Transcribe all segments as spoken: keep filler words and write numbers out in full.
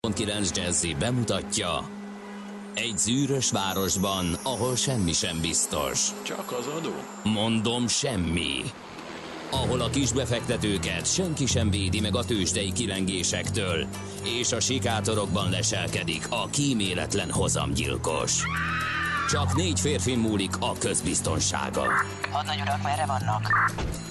kilenc Jazzy bemutatja: egy zűrös városban, ahol semmi sem biztos. Csak az adó? Mondom, semmi. Ahol a kisbefektetőket senki sem védi meg a tőzsdei kilengésektől, és a sikátorokban leselkedik a kíméletlen hozamgyilkos. Csak négy férfi múlik a közbiztonsága. Hadnagy urak, merre vannak?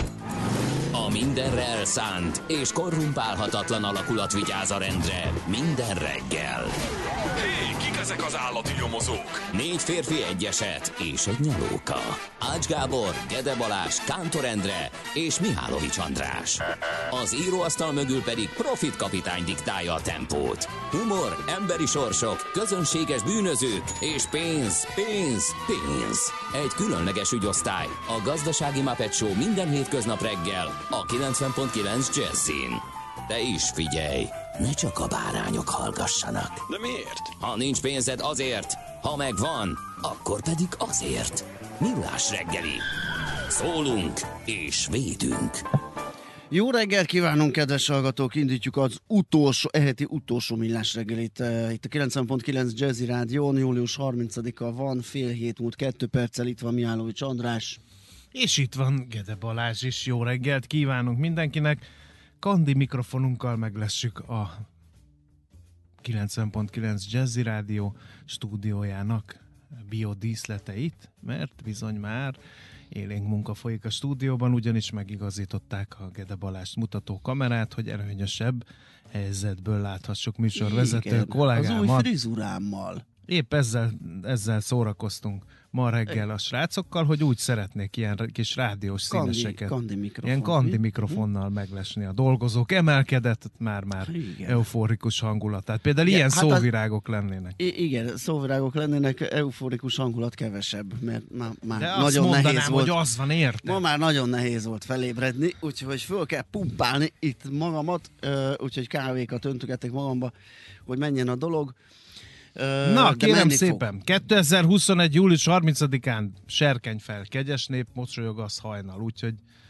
A mindenre elszánt és korrumpálhatatlan alakulat vigyáz a rendre minden reggel. Hé, kik ezek az állati nyomozók? Négy férfi, egy eset és egy nyalóka. Ács Gábor, Gede Balázs, Kántor Endre és Mihálovics András. Az íróasztal mögül pedig Profit kapitány diktálja a tempót. Humor, emberi sorsok, közönséges bűnözők és pénz, pénz, pénz. Egy különleges ügyosztály, a Gazdasági Muppet Show minden hétköznap reggel a kilencven pont kilenc Jazzin. De is figyelj, ne csak a bárányok hallgassanak. De miért? Ha nincs pénzed, azért, ha megvan, akkor pedig azért. Millás reggeli. Szólunk és védünk. Jó reggelt kívánunk, kedves hallgatók! Indítjuk az utolsó, eheti utolsó Millás reggelit. Uh, itt a kilencven pont kilenc Jazzy Rádión, július harmincadika van, fél hét múlt kettő perccel, itt van Mihálovics András. És itt van Gede Balázs is. Jó reggelt kívánunk mindenkinek! Kandi mikrofonunkkal meglessük a kilencven pont kilenc Jazzy Rádió stúdiójának biodíszleteit, mert bizony már élénk munka folyik a stúdióban, ugyanis megigazították a Gede Balázs mutató kamerát, hogy előnyösebb helyzetből láthassuk műsorvezető Igen, kollégámat. az új frizurámmal. Épp ezzel, ezzel szórakoztunk ma reggel a srácokkal, hogy úgy szeretnék ilyen kis rádiós Kandi, színeseket. kandi mikrofon. Ilyen kandi mikrofonnal meglesni a dolgozók. Emelkedett már-már Igen. euforikus hangulatát. Például Igen, ilyen hát szóvirágok lennének. I- igen, szóvirágok lennének, euforikus hangulat kevesebb, mert már, már De azt nagyon mondanám, nehéz volt. hogy az van, érted? Ma már nagyon nehéz volt felébredni, úgyhogy föl kell pumpálni itt magamat, úgyhogy kávékat öntögetek magamba, hogy menjen a dolog. Na, de kérem fog. szépen, kétezer-huszonegy. július harmincadikán serkenj fel, kegyes nép, mosolyog az hajnal, úgyhogy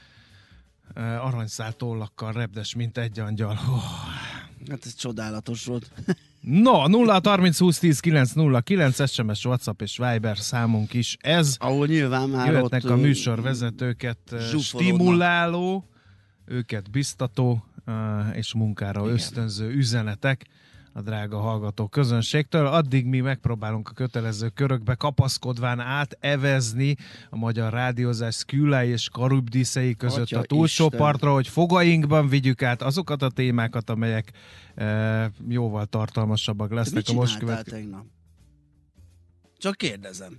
uh, aranyszál tollakkal repdes, mint egy angyal. Oh. Hát ez csodálatos volt. No, nulla harminc húsz tíz kilenc nulla kilenc es em es, WhatsApp és Viber számunk is ez. Ahol nyilván már Jöhetnek ott a műsorvezetőket zsúfolódnak. stimuláló, őket biztató uh, és munkára Igen. ösztönző üzenetek a drága hallgató közönségtől. Addig mi megpróbálunk a kötelező körökbe kapaszkodván átevezni a magyar rádiózás szkülái és karibdíszei között Atya a túlsó Isten. partra, hogy fogainkban vigyük át azokat a témákat, amelyek e, jóval tartalmasabbak Te lesznek mit a most csináltál következő. tegnap? Csak kérdezem.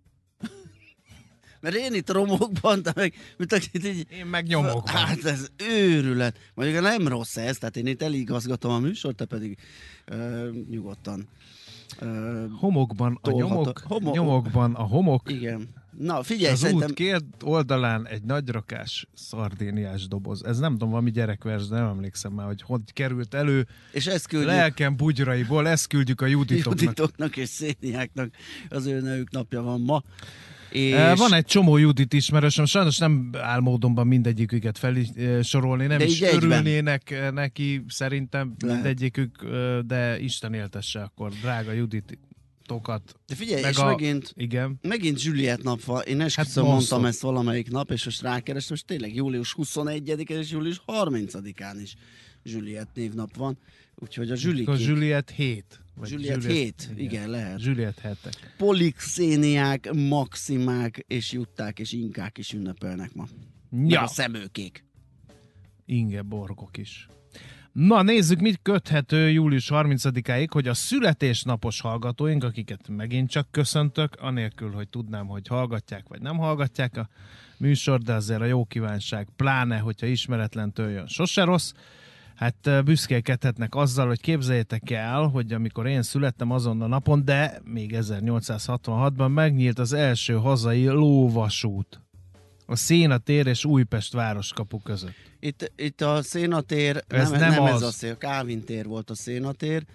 Mert én itt romokban, te meg, mint akit így... Én meg nyomokban. Hát ez őrület. Mondjuk nem rossz ez, tehát én itt eligazgatom a műsort, te pedig ö, nyugodtan. Ö, Homokban a Tolhat a- nyomok, homok- nyomokban a homok, igen. Na figyelj, az szerintem... út két oldalán egy nagyrakás szardéniás doboz. Ez nem tudom, valami gyerekvers, de nem emlékszem már, hogy hogy került elő. És ezt küldjük Lelkem bugyraiból, ezt küldjük a Juditoknak. Juditoknak és Széniáknak, az ő nevük napja van ma. És... És... Van egy csomó Judit ismerősöm, sajnos nem áll módonban mindegyiküket felsorolni, nem De is így egyben. örülnének neki szerintem Lehet. mindegyikük, de Isten éltesse akkor, drága Juditokat. De figyelj, meg és a... megint, Igen. megint Juliet nap van. Én esküszöm, Hát mondtam non-stop. ezt valamelyik nap, és most rákerestem, és tényleg július huszonegyedikén és július harmincadikán is Juliet névnap van. Úgyhogy a Akkor Julikék... Juliet hét. Vagy Juliet hét, igen, lehet. Juliet hetek. Polixéniák, maximák és jutták és inkák is ünnepelnek ma. Meg Ja, a szemőkék. Ingeborgok is. Na, nézzük, mit köthető július harmincadikáig, hogy a születésnapos hallgatóink, akiket megint csak köszöntök, anélkül, hogy tudnám, hogy hallgatják vagy nem hallgatják a műsor, de azért a jó kívánság, pláne, hogyha ismeretlentől jön, sose rossz. Hát büszkélkedhetnek azzal, hogy képzeljétek el, hogy amikor én születtem azon a napon, de még ezernyolcszázhatvanhatban megnyílt az első hazai lóvasút a Szénatér és Újpest városkapu között. Itt, itt a Szénatér, Ez nem, nem nem az. ez a szél, Kálvin tér volt a Szénatér,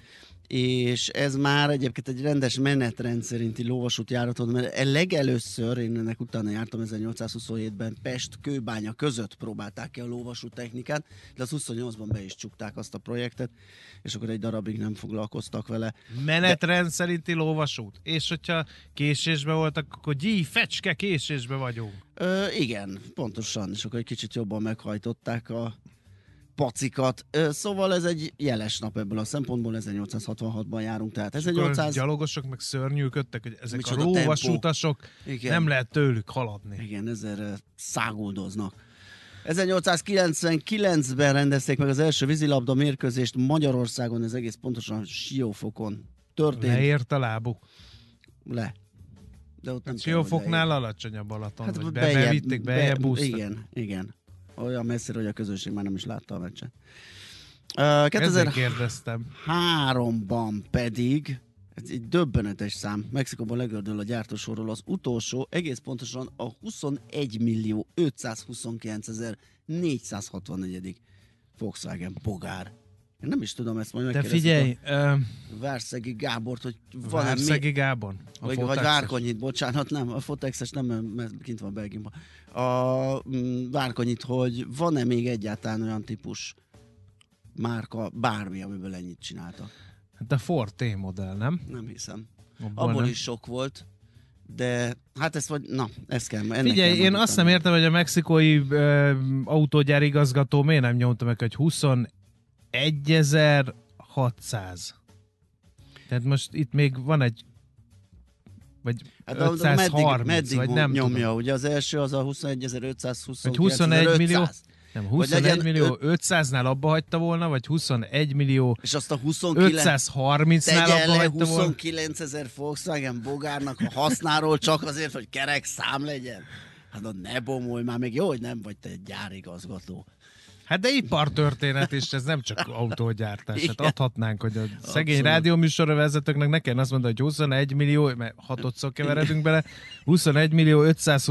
és ez már egyébként egy rendes menetrend szerinti lovasútjáratod, mert legelőször, én ennek utána jártam ezernyolcszázhuszonhétben, Pest-Kőbánya között próbálták ki a lovasút technikát, de az huszonnyolcban be is csukták azt a projektet, és akkor egy darabig nem foglalkoztak vele. Menetrend de... szerinti lovasút. És hogyha késésbe voltak, akkor gyí, fecske, késésbe vagyunk. Ö, igen, pontosan, és akkor egy kicsit jobban meghajtották a pacikat. Szóval ez egy jeles nap ebből a szempontból, ezernyolcszázhatvanhatban járunk, tehát ezernyolcszáz... gyalogosok meg szörnyűködtek, hogy ezek Micsoda a lóvasutasok, nem lehet tőlük haladni. Igen, ezzel száguldoznak. ezernyolcszázkilencvenkilencben rendezték meg az első vízilabda mérkőzést Magyarországon, ez egész pontosan Siófokon történt. Leért a lábuk. Le. De ott nem Siófoknál alacsonyabb Balaton, hát vagy be, bevitték, bejebb úsztak. Igen, igen. Olyan messzire, hogy a közönség már nem is látta a meccset. Uh, kétezer-háromban pedig, ez egy döbbenetes szám, Mexikóban legördül a gyártósorról az utolsó, egész pontosan a huszonegy millió ötszázhuszonkilencezer-négyszázhatvannégy. Volkswagen Bogár. Én nem is tudom ezt majd megkérdezni. De figyelj! A uh, Várszegi Gábort, hogy van Várszegi mi... Gábor? Vagy, vagy Várkonyit, bocsánat, nem, a Fotexes nem, mert kint van Belgiumban. A mm, Várkonyit, hogy van-e még egyáltalán olyan típus márka, bármi, amiből ennyit csináltak? Hát a Ford T-modell, nem? Nem hiszem. Abból Abból nem. is sok volt, de hát ez vagy, na, ez kell. Figyelj, kell én azt nem értem, hogy a mexikói uh, autógyár igazgató miért nem nyomta meg, hogy huszonegyezer-hatszáz. Tehát most itt még van egy vagy hát ötszázharminc, meddig, meddig vagy nem nyomja, tudom. Ugye az első az a huszonegyezer-ötszázhuszonkilenc. Vagy huszonegy millió, nem, huszonegy millió ötszáznál abba hagyta volna, vagy huszonegy millió és azt a huszonkilenc ötszázharmincnál abba hagyta volna. huszonkilencezer Volkswagen Bogárnak a hasznáról csak azért, hogy kerek szám legyen. Hát na, ne bomolj már, még jó, hogy nem vagy te egy gyárigazgató. Hát de ipartörténet is, ez nem csak autógyártás. Hát adhatnánk, hogy a szegény Abszolút. rádióműsorra vezetőknek ne kellene azt mondani, hogy huszonegy millió, mert hatodszor keveredünk bele, huszonegy millió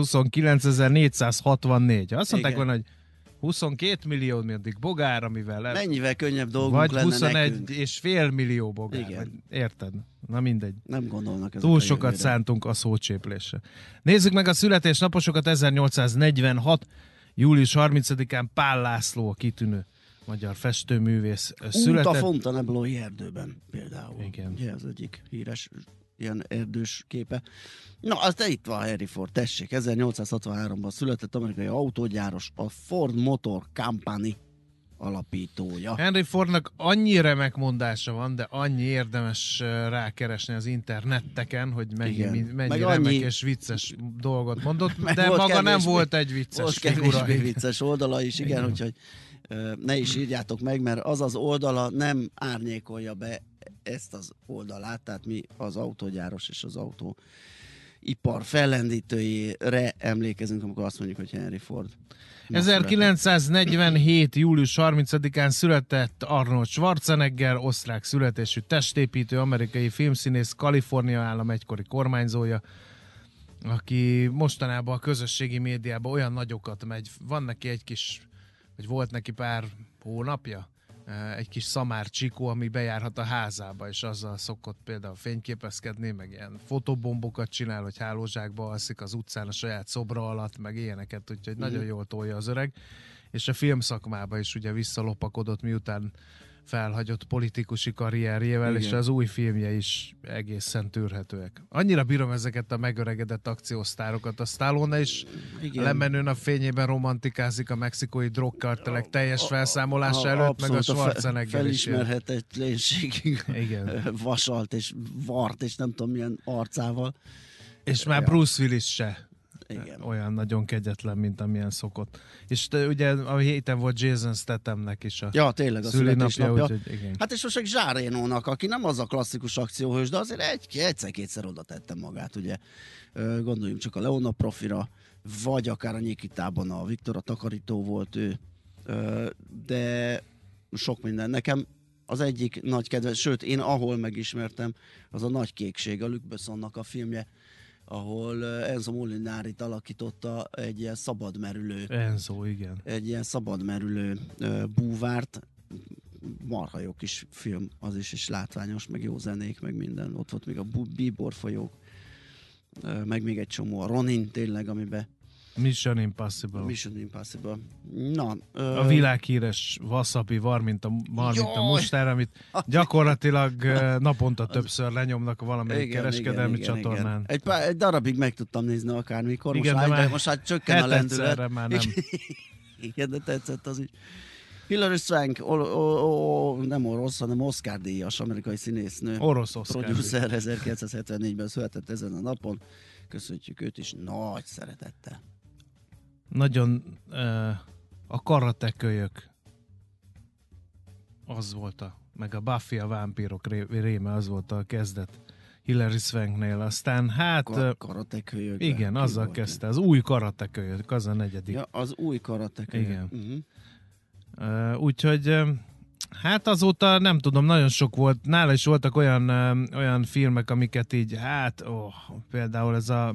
ötszázhuszonkilencezer-négyszázhatvannégy. Azt mondták volna, hogy huszonkét millió mindig Bogár, amivel... Mennyivel könnyebb dolgunk vagy lenne huszonegy nekünk. és fél millió Bogár. Igen. Vagy, érted? Na mindegy. Nem gondolnak ezek Túl a sokat jövőre. szántunk a szócséplésre. Nézzük meg a születésnaposokat. ezernyolcszáznegyvenhat. július harmincadikán Pál László, a kitűnő magyar festőművész született. Út a Fontainebleau-i erdőben például. Igen. Ugye az egyik híres ilyen erdős képe. Na, az de itt van Henry Ford, tessék, ezernyolcszázhatvanháromban született amerikai autógyáros, a Ford Motor Company alapítója. Henry Fordnak annyi remek mondása van, de annyi érdemes rákeresni az interneteken, hogy mennyi, mennyi Meg remek annyi... és vicces dolgot mondott, Meg de volt maga kevésbé, nem volt egy vicces volt figura. kevésbé vicces oldala is, igen, Igen. úgyhogy ne is írjátok meg, mert az az oldala nem árnyékolja be ezt az oldalát, tehát mi az autógyáros és az autó ipar fellendítőjére emlékezünk, amikor azt mondjuk, hogy Henry Ford. ezerkilencszáznegyvenhét. július harmincadikán született Arnold Schwarzenegger, osztrák születésű testépítő, amerikai filmszínész, Kalifornia állam egykori kormányzója, aki mostanában a közösségi médiában olyan nagyokat megy. Van neki egy kis, vagy volt neki pár hónapja, egy kis szamár csikó, ami bejárhat a házába, és azzal szokott például fényképezkedni, meg ilyen fotobombokat csinál, hogy hálózsákba alszik az utcán a saját szobra alatt, meg ilyeneket, úgyhogy mm. nagyon jól tolja az öreg. És a filmszakmába is ugye visszalopakodott, miután felhagyott politikusi karrierjével, igen. És az új filmje is egészen tűrhetőek. Annyira bírom ezeket a megöregedett akciósztárokat. A Stallone is igen. Lemenő nap fényében romantikázik a mexikói drogkartelek teljes felszámolása előtt, abszolút, meg a Schwarzenegger is. Felismerhetetlenségig vasalt és vart, és nem tudom milyen arcával. És már Bruce Willis se. Igen. Olyan nagyon kegyetlen, mint amilyen szokott. És te, ugye a héten volt Jason Stathamnek is a ja, tényleg a születésnapja. Úgyhogy, igen. Hát és most meg Jean Reno-nak, aki nem az a klasszikus akcióhős, de azért egy, egyszer-kétszer oda tette magát, ugye. Gondoljunk csak a Leona Profira, vagy akár a Nyikitában a Viktor a takarító volt ő. De sok minden. Nekem az egyik nagy kedves, sőt, én ahol megismertem, az a Nagy kékség, a Luc Bessonnak a filmje, ahol Enzo Molinari-t alakította egy ilyen szabadmerülő. Enzo, igen. Egy ilyen szabadmerülő uh, búvárt. marha jó kis film az is, és látványos, meg jó zenék, meg minden. Ott volt még a Bíbor folyók, meg még egy csomó, a Ronin tényleg, amiben Mission Impossible. Mission Impossible. Na, ö... A világhíres wasabi var, mint a, var, mint a mustár, amit gyakorlatilag naponta többször lenyomnak valamelyik igen, kereskedelmi igen, csatornán. Igen. Egy, pár, egy darabig meg tudtam nézni akármikor, igen, most, de, már, de most hát csökken a lendület. Már nem. Igen, de tetszett az is. Hilary Swank, o, o, o, nem orosz, hanem Oscar-díjas amerikai színésznő. Orosz Oscar. Producer ezerkilencszázhetvennégyben született ezen a napon. Köszöntjük őt is nagy szeretettel. Nagyon uh, a karatekölyök az volt a, meg a Buffy a vámpírok ré, réme az volt a kezdet Hilary Swanknél, aztán hát Kar- karatekölyök. igen, azzal volt kezdte, az új karatekölyök, az a negyedik. Ja, az új karatekölyök. Igen. Uh-huh. Uh, úgyhogy uh, hát azóta nem tudom, nagyon sok volt, nála is voltak olyan, uh, olyan filmek, amiket így, hát oh, például ez a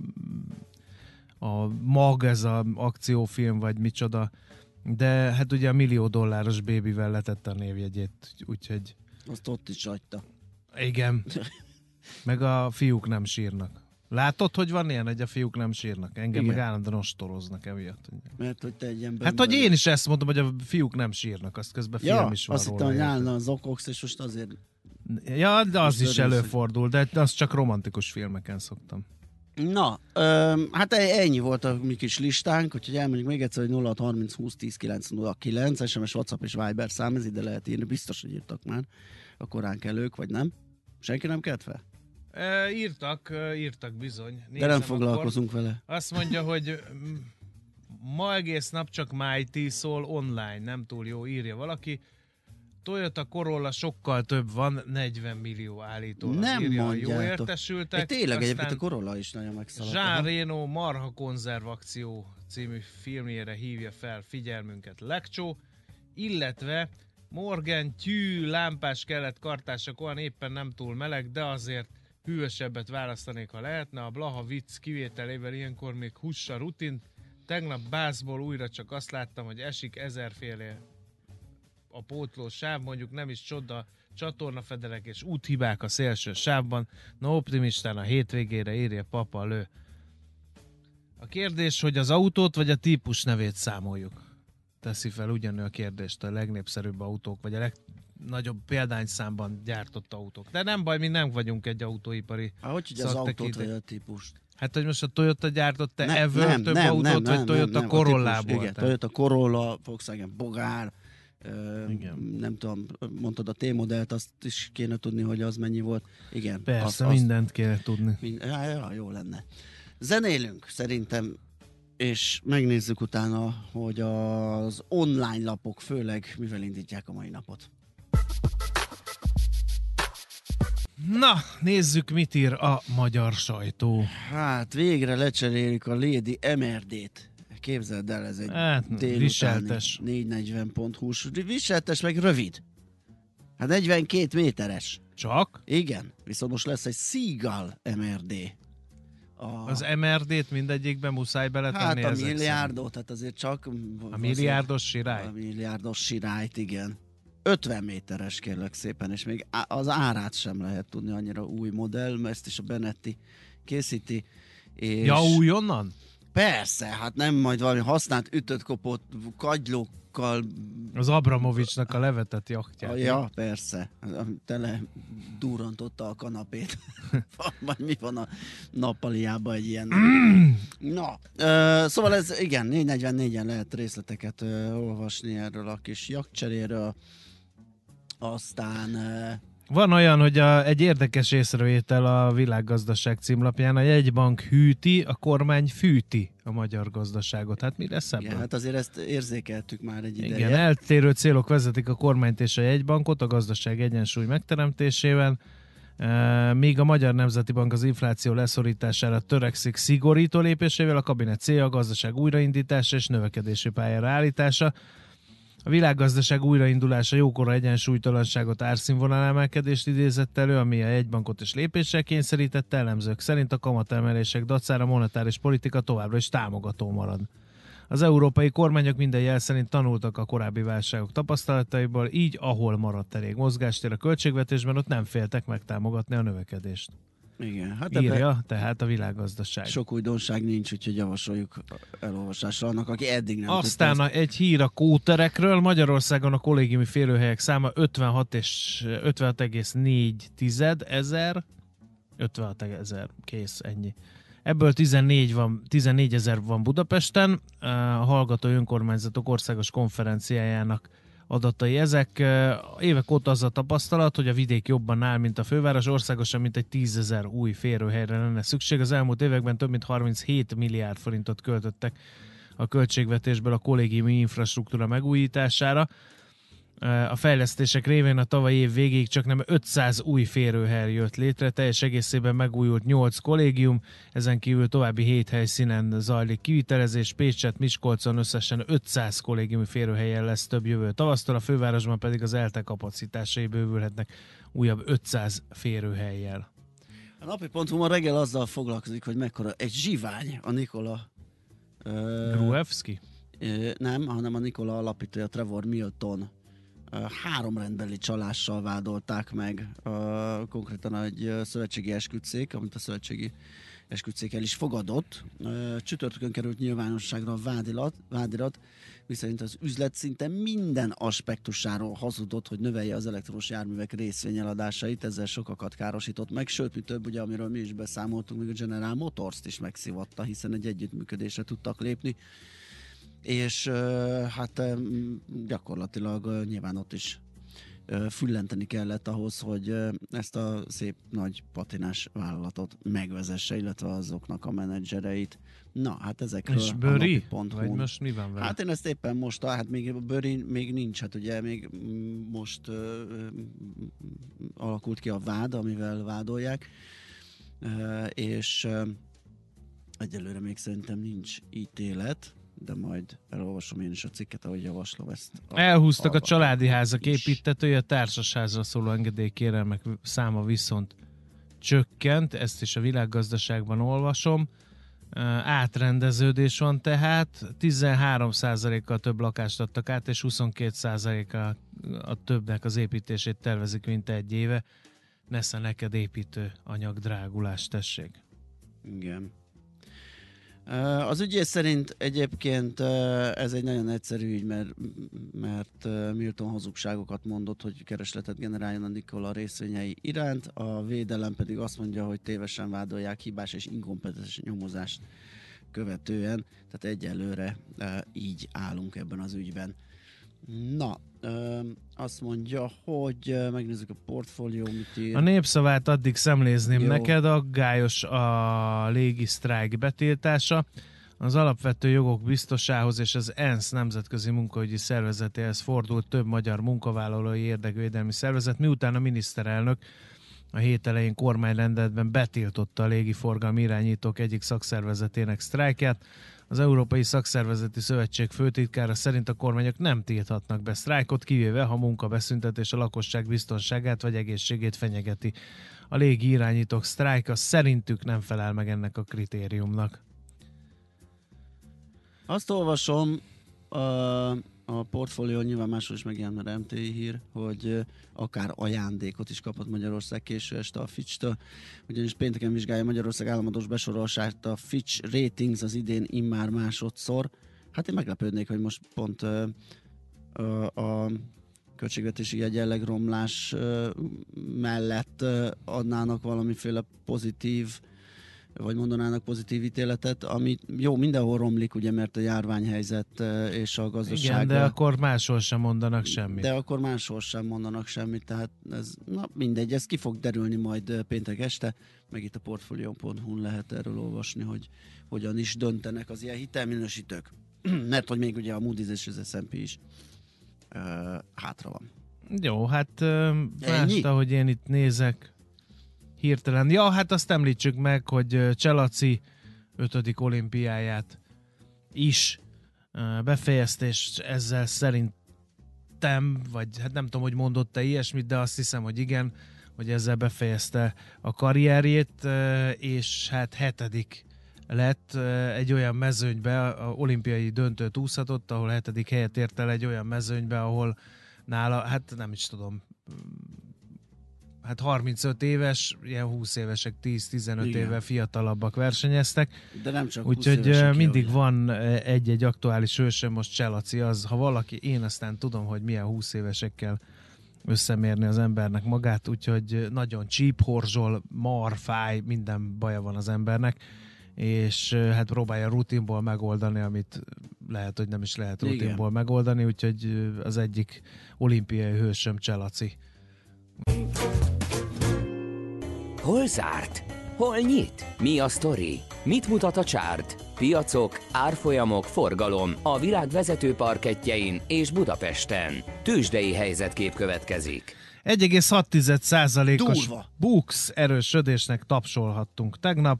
a Mag, ez a akciófilm, vagy micsoda, de hát ugye a millió dolláros bébivel letette a névjegyét, úgyhogy... Azt ott is hagyta. Igen. Meg a fiúk nem sírnak. Látod, hogy van ilyen, hogy a fiúk nem sírnak? Engem igen. Meg állandóan ostoroznak emiatt. Mert hogy te egy ember... Hát, hogy én is ezt mondom, hogy a fiúk nem sírnak, azt közben ja, film is van azt hittem, hogy állna az okoksz, és most azért... Ja, de az is előfordul, de azt csak romantikus filmeken szoktam. Na, öm, hát ennyi volt a mi kis listánk, úgyhogy elmondjuk még egyszer, hogy nulla hat harminc húsz tíz kilenc nulla kilenc, es em es, WhatsApp és Viber szám, ez ide lehet írni, biztos, hogy írtak már a korán kellők, vagy nem? Senki nem kelt fel? E, írtak, írtak bizony. Nézem, de nem foglalkozunk akkor vele. Azt mondja, hogy ma egész nap csak Mighty szól online, nem túl jó, írja valaki. Toyota Corolla sokkal több van, negyven millió állítólag. Nem írja, mondjátok. Jó értesültek. É, tényleg aztán egyébként a Corolla is nagyon megszaladt. Jean Reno Marha konzervakció című filmjére hívja fel figyelmünket Lekcsó, illetve Morgan Tyű lámpás kelet kartások olyan éppen nem túl meleg, de azért hűvösebbet választanék, ha lehetne. A Blaha vicc kivételével ilyenkor még hussa rutin. Tegnap bászból újra csak azt láttam, hogy esik ezerféle a pótló sáv, mondjuk nem is csoda, csatornafedelek és úthibák a szélső sávban. No, optimistán a hétvégére írja Papa Lő. A kérdés, hogy az autót vagy a típus nevét számoljuk. Teszi fel ugyanő a kérdést a legnépszerűbb autók, vagy a legnagyobb példányszámban gyártott autók. De nem baj, mi nem vagyunk egy autóipari Há, hogy ugye az autót vagy a típust? Hát, hogy most a Toyota gyártott-e ne, ever nem, több nem, autót, nem, vagy nem, Toyota nem, nem, Corollából? Igen, Toyota Corolla, Volkswagen Bogár, igen. Nem tudom, mondtad a T-modellt, azt is kéne tudni, hogy az mennyi volt. Igen. Persze, azt, mindent kéne tudni. Mind, ja, ja, jó lenne. Zenélünk szerintem, és megnézzük utána, hogy az online lapok főleg mivel indítják a mai napot. Na, nézzük, mit ír a magyar sajtó. Hát végre lecserélik a Lady em er dét. Képzeld el, ez egy hát, viseltes. négy negyven pont hús. Viseltes, meg rövid. Hát negyvenkét méteres. Csak? Igen, viszont most lesz egy Seagull em er dé. A... Az em er dét mindegyikben muszáj beletenni. Hát a milliárdot, tehát azért csak... A milliárdos sirály? A milliárdos sirályt, igen. ötven méteres kérlek szépen, és még az árát sem lehet tudni, annyira új modell, ezt is a Benetti készíti. És... Ja, újonnan? Persze, hát nem majd valami használt ütött kopott kagylókkal. Az Abramovicsnak a levetett jachtját. Ja, persze. Tele durrantotta a kanapét. Vagy mi van a nappaliában egy ilyen. Na, uh, szóval ez igen, négy negyvennégyen lehet részleteket uh, olvasni erről a kis jachtcseréről. Aztán... Uh, Van olyan, hogy a, egy érdekes észrevétel a Világgazdaság címlapján, a jegybank hűti, a kormány fűti a magyar gazdaságot. Hát mi lesz ebből? Igen, hát azért ezt érzékeltük már egy ideje. Igen, eltérő célok vezetik a kormányt és a jegybankot a gazdaság egyensúly megteremtésében, e, míg a Magyar Nemzeti Bank az infláció leszorítására törekszik szigorító lépésével, a kabinet célja a gazdaság újraindítása és növekedési pályára állítása. A világgazdaság újraindulása jókora egyensúlytalanságot, árszínvonal emelkedést idézett elő, ami a jegybankot is lépéssel kényszerítette. Elemzők szerint a kamatemelések dacára monetáris politika továbbra is támogató marad. Az európai kormányok minden jel szerint tanultak a korábbi válságok tapasztalataiból, így ahol maradt elég mozgástér a költségvetésben, ott nem féltek megtámogatni a növekedést. Igen, hát Írja tehát a Világgazdaság. Sok újdonság nincs, úgyhogy javasoljuk elolvasásra annak, aki eddig nem Aztán a, egy hír a kóterekről. Magyarországon a kollégiumi férőhelyek száma ötvenhat egész négy ezer, ötvenhat ezer, kész, ennyi. Ebből tizennégy van, tizennégy ezer van Budapesten, a Hallgató Önkormányzatok Országos Konferenciájának adatai ezek. Évek óta az a tapasztalat, hogy a vidék jobban áll, mint a főváros. Országosan mintegy tízezer új férőhelyre lenne szükség. Az elmúlt években több mint harminchét milliárd forintot költöttek a költségvetésből a kollégiumi infrastruktúra megújítására. A fejlesztések révén a tavalyi év végéig csak nem ötszáz új férőhely jött létre, teljes egészében megújult nyolc kollégium, ezen kívül további hét helyszínen zajlik kivitelezés, Pécset, Miskolcon összesen ötszáz kollégiumi férőhelyen lesz több jövő tavasztól, a fővárosban pedig az ELTE kapacitásai bővülhetnek újabb ötszáz férőhellyel. A napi pontunk ma reggel azzal foglalkozik, hogy mekkora egy zsivány a Nikola uh, Gruevski? Uh, nem, hanem a Nikola alapítója Trevor Milton. Három rendbeli csalással vádolták meg uh, konkrétan egy uh, szövetségi esküdtszék, amit a szövetségi esküdtszék el is fogadott. Uh, csütörtökön került nyilvánosságra a vádirat, vádirat, viszont az üzlet szinte minden aspektusáról hazudott, hogy növelje az elektromos járművek részvényeladásait, ezzel sokakat károsított meg, sőt, mi több, ugye, amiről mi is beszámoltunk, még a General Motors-t is megszivatta, hiszen egy együttműködésre tudtak lépni. És hát gyakorlatilag nyilván ott is füllenteni kellett ahhoz, hogy ezt a szép nagy patinás vállalatot megvezesse, illetve azoknak a menedzsereit. Na, hát ezekről és Böri? Vagy most mi van vele? Hát én ezt éppen most, hát még Böri még nincs, hát ugye még most uh, alakult ki a vád, amivel vádolják, uh, és uh, egyelőre még szerintem nincs ítélet, de majd elolvasom én is a cikket, ahogy javaslom ezt. A Elhúztak a családi házak is. építetője, a társasházra szóló engedélykérelmek száma viszont csökkent, ezt is a Világgazdaságban olvasom. Átrendeződés van tehát, tizenhárom százalékkal több lakást adtak át, és huszonkét százalékkal a többnek az építését tervezik, mint egy éve. Nesze neked építő anyag drágulás, tessék. Igen. Az ügyész szerint egyébként ez egy nagyon egyszerű ügy, mert, mert Milton hazugságokat mondott, hogy keresletet generáljon a Nikola részvényei iránt, a védelem pedig azt mondja, hogy tévesen vádolják hibás és inkompetens nyomozást követően, tehát egyelőre így állunk ebben az ügyben. Na, ö, azt mondja, hogy megnézzük a portfólió, mit ír. A Népszavát addig szemlézném Jó. neked, aggályos a légi sztrájk betiltása. Az alapvető jogok biztosához és az ENSZ nemzetközi munkaügyi szervezetéhez fordult több magyar munkavállalói érdekvédelmi szervezet, miután a miniszterelnök a hét elején kormányrendeletben betiltotta a légiforgalmi irányítók egyik szakszervezetének sztrájkját. Az Európai Szakszervezeti Szövetség főtitkára szerint a kormányok nem tilthatnak be sztrájkot, kivéve ha munkabeszüntetés a lakosság biztonságát vagy egészségét fenyegeti. A légi irányítók sztrájka szerintük nem felel meg ennek a kritériumnak. Azt olvasom, a, a portfólió nyilván máshol is megjelent, mert em té i hír, hogy akár ajándékot is kapott Magyarország késő este a Fitch-től, ugyanis pénteken vizsgálja Magyarország államadós besorolását a Fitch Ratings az idén immár másodszor. Hát én meglepődnék, hogy most pont ö, ö, a költségvetési jegyenlegromlás ö, mellett ö, adnának valamiféle pozitív vagy mondanának pozitív ítéletet, ami jó, mindenhol romlik, ugye, mert a járványhelyzet és a gazdaság. Igen, de akkor máshol sem mondanak semmit. De akkor máshol sem mondanak semmit, tehát ez, na mindegy, ez ki fog derülni majd péntek este, meg itt a portfolio pont hu-n lehet erről olvasni, hogy hogyan is döntenek az ilyen hitelminősítők. Mert hogy még ugye a Moody's és az es and pé is uh, hátra van. Jó, hát mást, ahogy én itt nézek, hirtelen. Ja, hát azt említsük meg, hogy Cselaci ötödik olimpiáját is befejezte, és ezzel szerintem, vagy hát nem tudom, hogy mondott-e ilyesmit, de azt hiszem, hogy igen, hogy ezzel befejezte a karrierjét, és hát hetedik lett egy olyan mezőnybe, a olimpiai döntőt úszhatott, ahol hetedik helyet ért el egy olyan mezőnybe, ahol nála, hát nem is tudom, hát harmincöt éves, ilyen húsz évesek, tíz-tizenöt Igen. éve fiatalabbak versenyeztek. De nem csak úgyhogy mindig van egy-egy aktuális hősöm, most Cselaci az, ha valaki, én aztán tudom, hogy milyen húsz évesekkel összemérni az embernek magát, úgyhogy nagyon csíphorzsol, mar, fáj, minden baja van az embernek, és hát próbálja rutinból megoldani, amit lehet, hogy nem is lehet rutinból Igen. megoldani, úgyhogy az egyik olimpiai hősöm Cselaci. Hol zárt? Hol nyit? Mi a sztori? Mit mutat a csárt? Piacok, árfolyamok, forgalom a világ vezető parkettjein és Budapesten. Tőzsdei helyzetkép következik. egy egész hat százalékos Durva. Bux erősödésnek tapsolhattunk tegnap.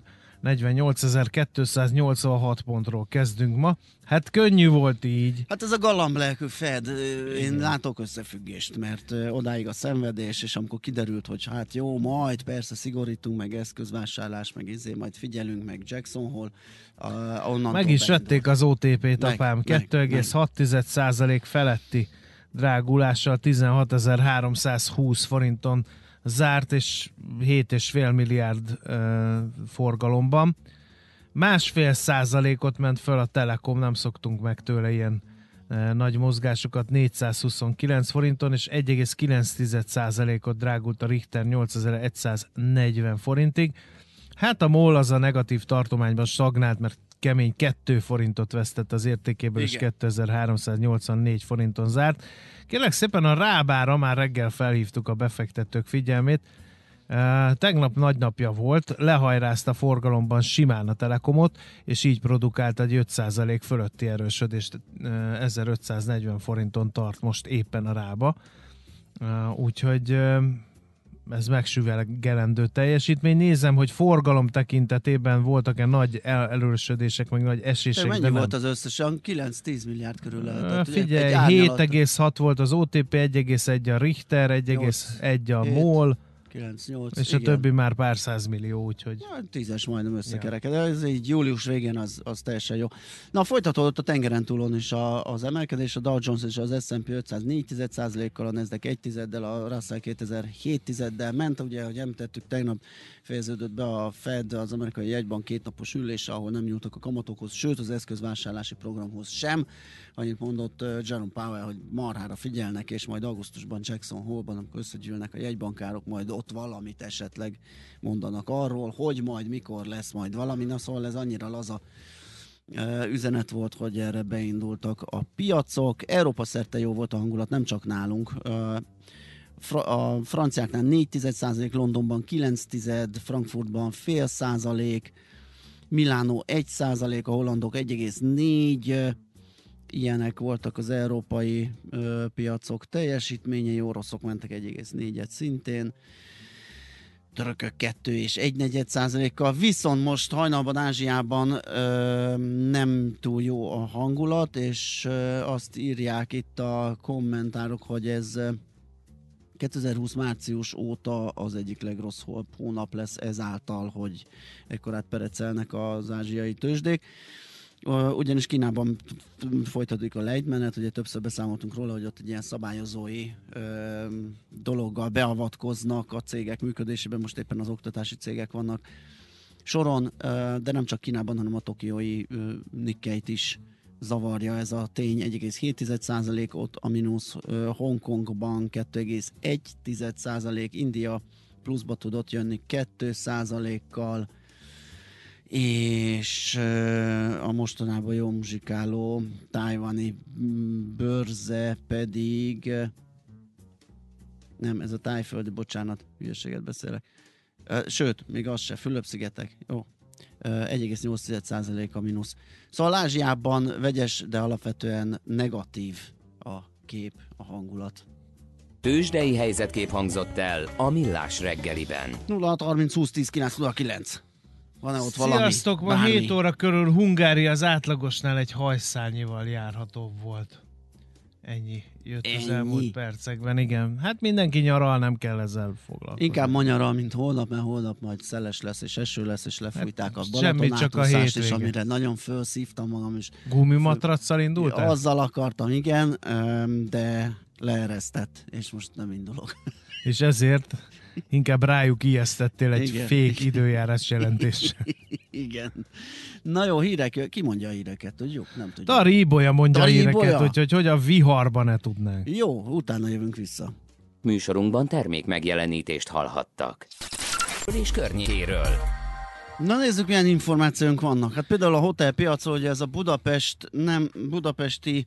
negyvennyolcezer-kétszáznyolcvanhat pontról kezdünk ma. Hát könnyű volt így. Hát ez a galamblelkű Fed, én látok összefüggést, mert odáig a szenvedés, és amikor kiderült, hogy hát jó, majd persze szigorítunk, meg eszközvásárlás, meg izé, majd figyelünk, meg Jackson Hole, uh, onnantól meg is vették az o té pét, meg, apám, meg, kettő egész hat százalék feletti drágulással tizenhatezer-háromszázhúsz forinton zárt, és hét egész öt milliárd uh, forgalomban. Másfél százalékot ment föl a Telekom, nem szoktunk meg tőle ilyen uh, nagy mozgásokat, négyszázhuszonkilenc forinton, és egy egész kilenc százalékot drágult a Richter nyolcezer-száznegyven forintig. Hát a MOL az a negatív tartományban stagnált, mert kemény két forintot vesztett az értékéből, Igen. és kétezer-háromszáznyolcvannégy forinton zárt. Kérlek szépen a rábára már reggel felhívtuk a befektetők figyelmét. Uh, tegnap nagy napja volt, lehajrázta forgalomban simán a Telekomot, és így produkált egy öt százalék fölötti erősödést, uh, ezerötszáznegyven forinton tart most éppen a rába. Uh, úgyhogy uh, ez megsüvegelendő teljesítmény. Nézem, hogy forgalom tekintetében voltak-e nagy el- erősödések, meg nagy esések. De mennyi de volt nem. az összesen? kilenc-tíz milliárd körül lehet. Uh, figyelj, hét egész hat volt az o té pé, egy egész egy a Richter, egy egész egy a MOL, kilenc nyolc, és igen. a többi már pár százmillió, úgyhogy... Ja, tízes majdnem összekereked, de ez így július végén az, az teljesen jó. Na, folytatódott a tengeren túlon is a, az emelkedés, a Dow Jones és az es and pé ötszáznégy százalékkal, a Nasdaq egy tizeddel, a Russell kétezer-hét tizeddel ment, ugye, ahogy említettük, tegnap fejeződött be a Fed, az amerikai jegybank kétnapos ülése, ahol nem nyúltak a kamatokhoz, sőt az eszközvásárlási programhoz sem. Annyit mondott uh, Jerome Powell, hogy marhára figyelnek, és majd augusztusban Jackson Hole-ban, amikor összegyűlnek a jegybankárok, majd ott valamit esetleg mondanak arról, hogy majd mikor lesz majd valami. Na szóval ez annyira laza uh, üzenet volt, hogy erre beindultak a piacok. Európa szerte jó volt a hangulat, nem csak nálunk. Uh, Fra- a franciáknál négy százalék, Londonban kilenc tized, Frankfurtban fél százalék, Milánó egy százalék, a hollandok egy egész négy. Ilyenek voltak az európai ö, piacok teljesítményei, oroszok mentek egy egész négyet szintén, törökök kettő és egy negyed százalékkal, viszont most hajnalban Ázsiában ö, nem túl jó a hangulat, és ö, azt írják itt a kommentárok, hogy ez kétezer-húsz március óta az egyik legrosszabb hónap lesz ezáltal, hogy ekkorát perecelnek az ázsiai tőzsdék. Ugyanis Kínában folytatódik a lejtmenet, ugye többször beszámoltunk róla, hogy ott egy ilyen szabályozói ö, dologgal beavatkoznak a cégek működésében, most éppen az oktatási cégek vannak soron, ö, de nem csak Kínában, hanem a tokiói ö, Nikkeit is zavarja ez a tény, egy egész hét százalék ott a mínusz, ö, Hongkongban kettő egész egy százalék, India pluszba tudott jönni két százalékkal, és a mostanában jól muzsikáló tájvani bőrze pedig, nem, ez a tájföldi, bocsánat, hülyeséget beszélek, sőt, még az se, Fülöp-szigetek, jó, egy egész nyolc százalék a mínusz. Szóval Ázsiában vegyes, de alapvetően negatív a kép, a hangulat. Tőzsdei helyzetkép hangzott el a Millás reggeliben. nulla hat harminc húsz tíz kilenc nulla kilenc. Van-e ott valami? Sziasztok, ma bármi? hét óra körül Hungária az átlagosnál egy hajszálnyival járhatóbb volt. Ennyi jött Ennyi. az elmúlt percekben, igen. Hát mindenki nyaral, nem kell ezzel foglalkozni. Inkább ma nyaral, mint holnap, mert holnap majd szeles lesz, és eső lesz, és lefújták Hát a Balaton semmit, csak a átúszást, és hétvége. amire nagyon felszívtam magam, és Gumimatraccal indultál? azzal akartam, igen, öm, de leeresztett, és most nem indulok. És ezért inkább rájuk ijesztettél egy Igen. fék időjárás jelentéssel. Igen. Na jó, hírek, ki mondja a híreket, tudjuk? Nem tudjuk. Dari Ibolya mondja a Dari híreket, Ibolya? hogy, hogy a viharban ne tudnánk. Jó, utána jövünk vissza. Műsorunkban termék megjelenítést hallhattak. És környékéről. Na nézzük, milyen információink vannak. Hát például a hotelpiacon, hogy ez a Budapest, nem budapesti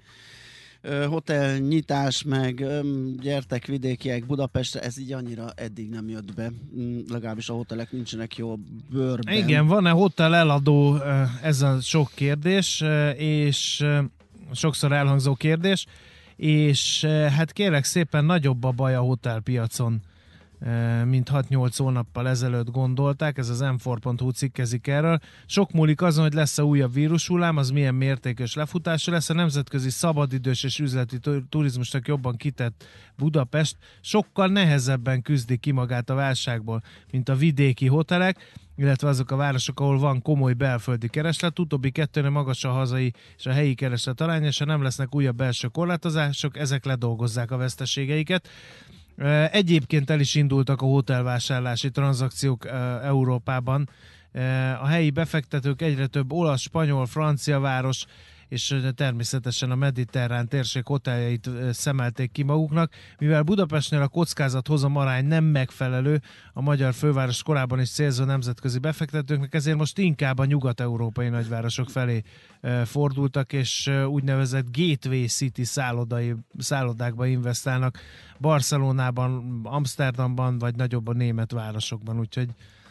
ö, hotelnyitás, meg ö, gyertek vidékiek Budapestre, ez így annyira eddig nem jött be. Mm, legalábbis a hotelek nincsenek jó bőrben. Igen, van-e hotel eladó, ez a sok kérdés, és sokszor elhangzó kérdés, és hát kérlek szépen nagyobb a baj a hotelpiacon, mint hat-nyolc hónappal ezelőtt gondolták, ez az em négy pont hu cikkezik erről. Sok múlik azon, hogy lesz-e újabb vírushullám, az milyen mértékes lefutásra lesz, a nemzetközi szabadidős és üzleti turizmusnak jobban kitett Budapest sokkal nehezebben küzdi ki magát a válságból, mint a vidéki hotelek, illetve azok a városok, ahol van komoly belföldi kereslet, utóbbi kettőnél magas a hazai és a helyi kereslet aránya, és ha nem lesznek újabb belső korlátozások, ezek ledolgozzák a veszteségeiket. Egyébként el is indultak a hotelvásárlási tranzakciók Európában. A helyi befektetők egyre több olasz, spanyol, francia város és természetesen a mediterrán térség hoteljeit szemelték ki maguknak. Mivel Budapestnél a kockázat-hozam arány nem megfelelő a magyar főváros korábban is célzó nemzetközi befektetőknek, ezért most inkább a nyugat-európai nagyvárosok felé fordultak, és úgynevezett Gateway City szállodai, szállodákba investálnak Barcelonában, Amsterdamban, vagy nagyobb a német városokban, úgyhogy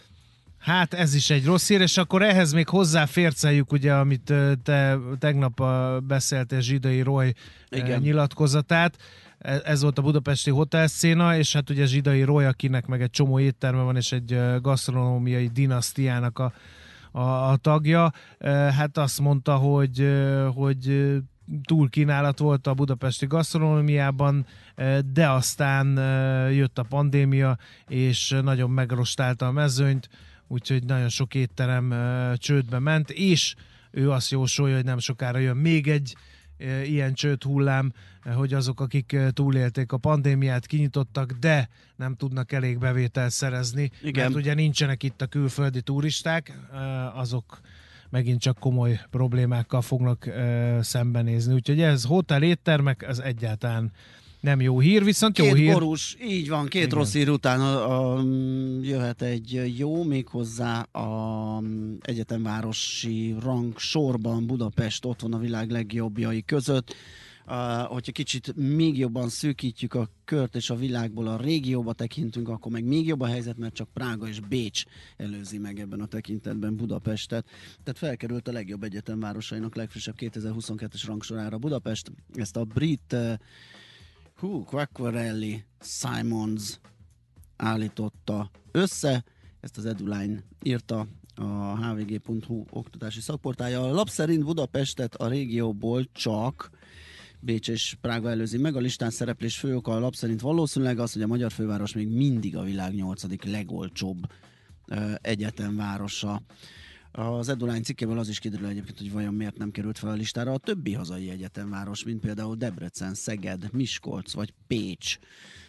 hát ez is egy rossz hír, és akkor ehhez még hozzáférceljük, ugye, amit te tegnap beszéltél, Zsidai Roy Igen. nyilatkozatát. Ez volt a budapesti hotelszcéna, és hát ugye Zsidai Roy, akinek meg egy csomó étterme van, és egy gasztronómiai dinasztiának a, a, a tagja, hát azt mondta, hogy, hogy túlkínálat volt a budapesti gasztronómiában, de aztán jött a pandémia, és nagyon megrostálta a mezőnyt, úgyhogy nagyon sok étterem uh, csődbe ment, és ő azt jósolja, hogy nem sokára jön még egy uh, ilyen csőd hullám, uh, hogy azok, akik uh, túlélték a pandémiát, kinyitottak, de nem tudnak elég bevételt szerezni, Igen. mert ugye nincsenek itt a külföldi turisták, uh, azok megint csak komoly problémákkal fognak uh, szembenézni. Úgyhogy ez hotel, éttermek, ez egyáltalán nem jó hír, viszont jó két hír. Borús, így van, két Igen. rossz hír után a, a, jöhet egy jó, méghozzá a egyetemvárosi rang sorban Budapest ott van a világ legjobbjai között. Uh, hogyha kicsit még jobban szűkítjük a kört és a világból a régióba tekintünk, akkor meg még jobb a helyzet, mert csak Prága és Bécs előzi meg ebben a tekintetben Budapestet. Tehát felkerült a legjobb egyetemvárosainak legfrissebb kétezer-huszonkettes rangsorára Budapest. Ezt a brit uh, Hú, Quacquarelli Simons állította össze, ezt az Eduline írta a há vé gé pont hú oktatási szakportálja. A lap szerint Budapestet a régióból csak Bécs és Prága előzi meg. A listán szereplés fő oka a lap szerint valószínűleg az, hogy a magyar főváros még mindig a világ nyolcadik legolcsóbb uh, egyetemvárosa. Az Eduline cikkéből az is kiderül egyébként, hogy vajon miért nem került fel a listára a többi hazai egyetemváros, mint például Debrecen, Szeged, Miskolc vagy Pécs.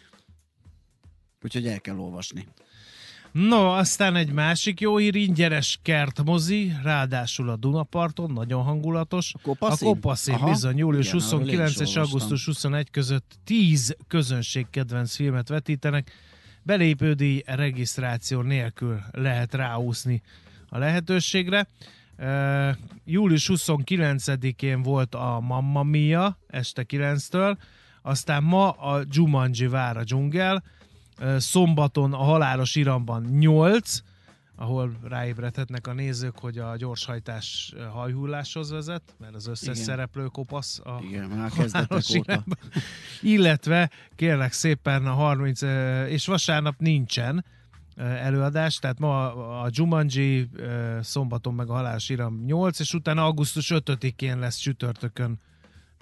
Úgyhogy el kell olvasni. No, aztán egy másik jó hír, ingyenes kertmozi, ráadásul a Dunaparton, nagyon hangulatos. A Kopaszin? A Kopaszin, bizony, július huszonkilenc és augusztus huszonegy között tíz közönségkedvenc filmet vetítenek, belépődíj regisztráció nélkül lehet ráúszni a lehetőségre. Uh, július huszonkilencedikén volt a Mamma Mia este kilenctől, aztán ma a Jumanji vár a dzsungel, uh, szombaton a Halálos Iramban nyolc, ahol ráébredhetnek a nézők, hogy a gyorshajtás hajhulláshoz vezet, mert az összes Igen. szereplő kopasz a Igen, már kezdetek óta. Illetve kérlek szépen a harminc és vasárnap nincsen előadás, tehát ma a Jumanji, szombaton meg a Halálos Iram nyolc, és utána augusztus ötödikén lesz csütörtökön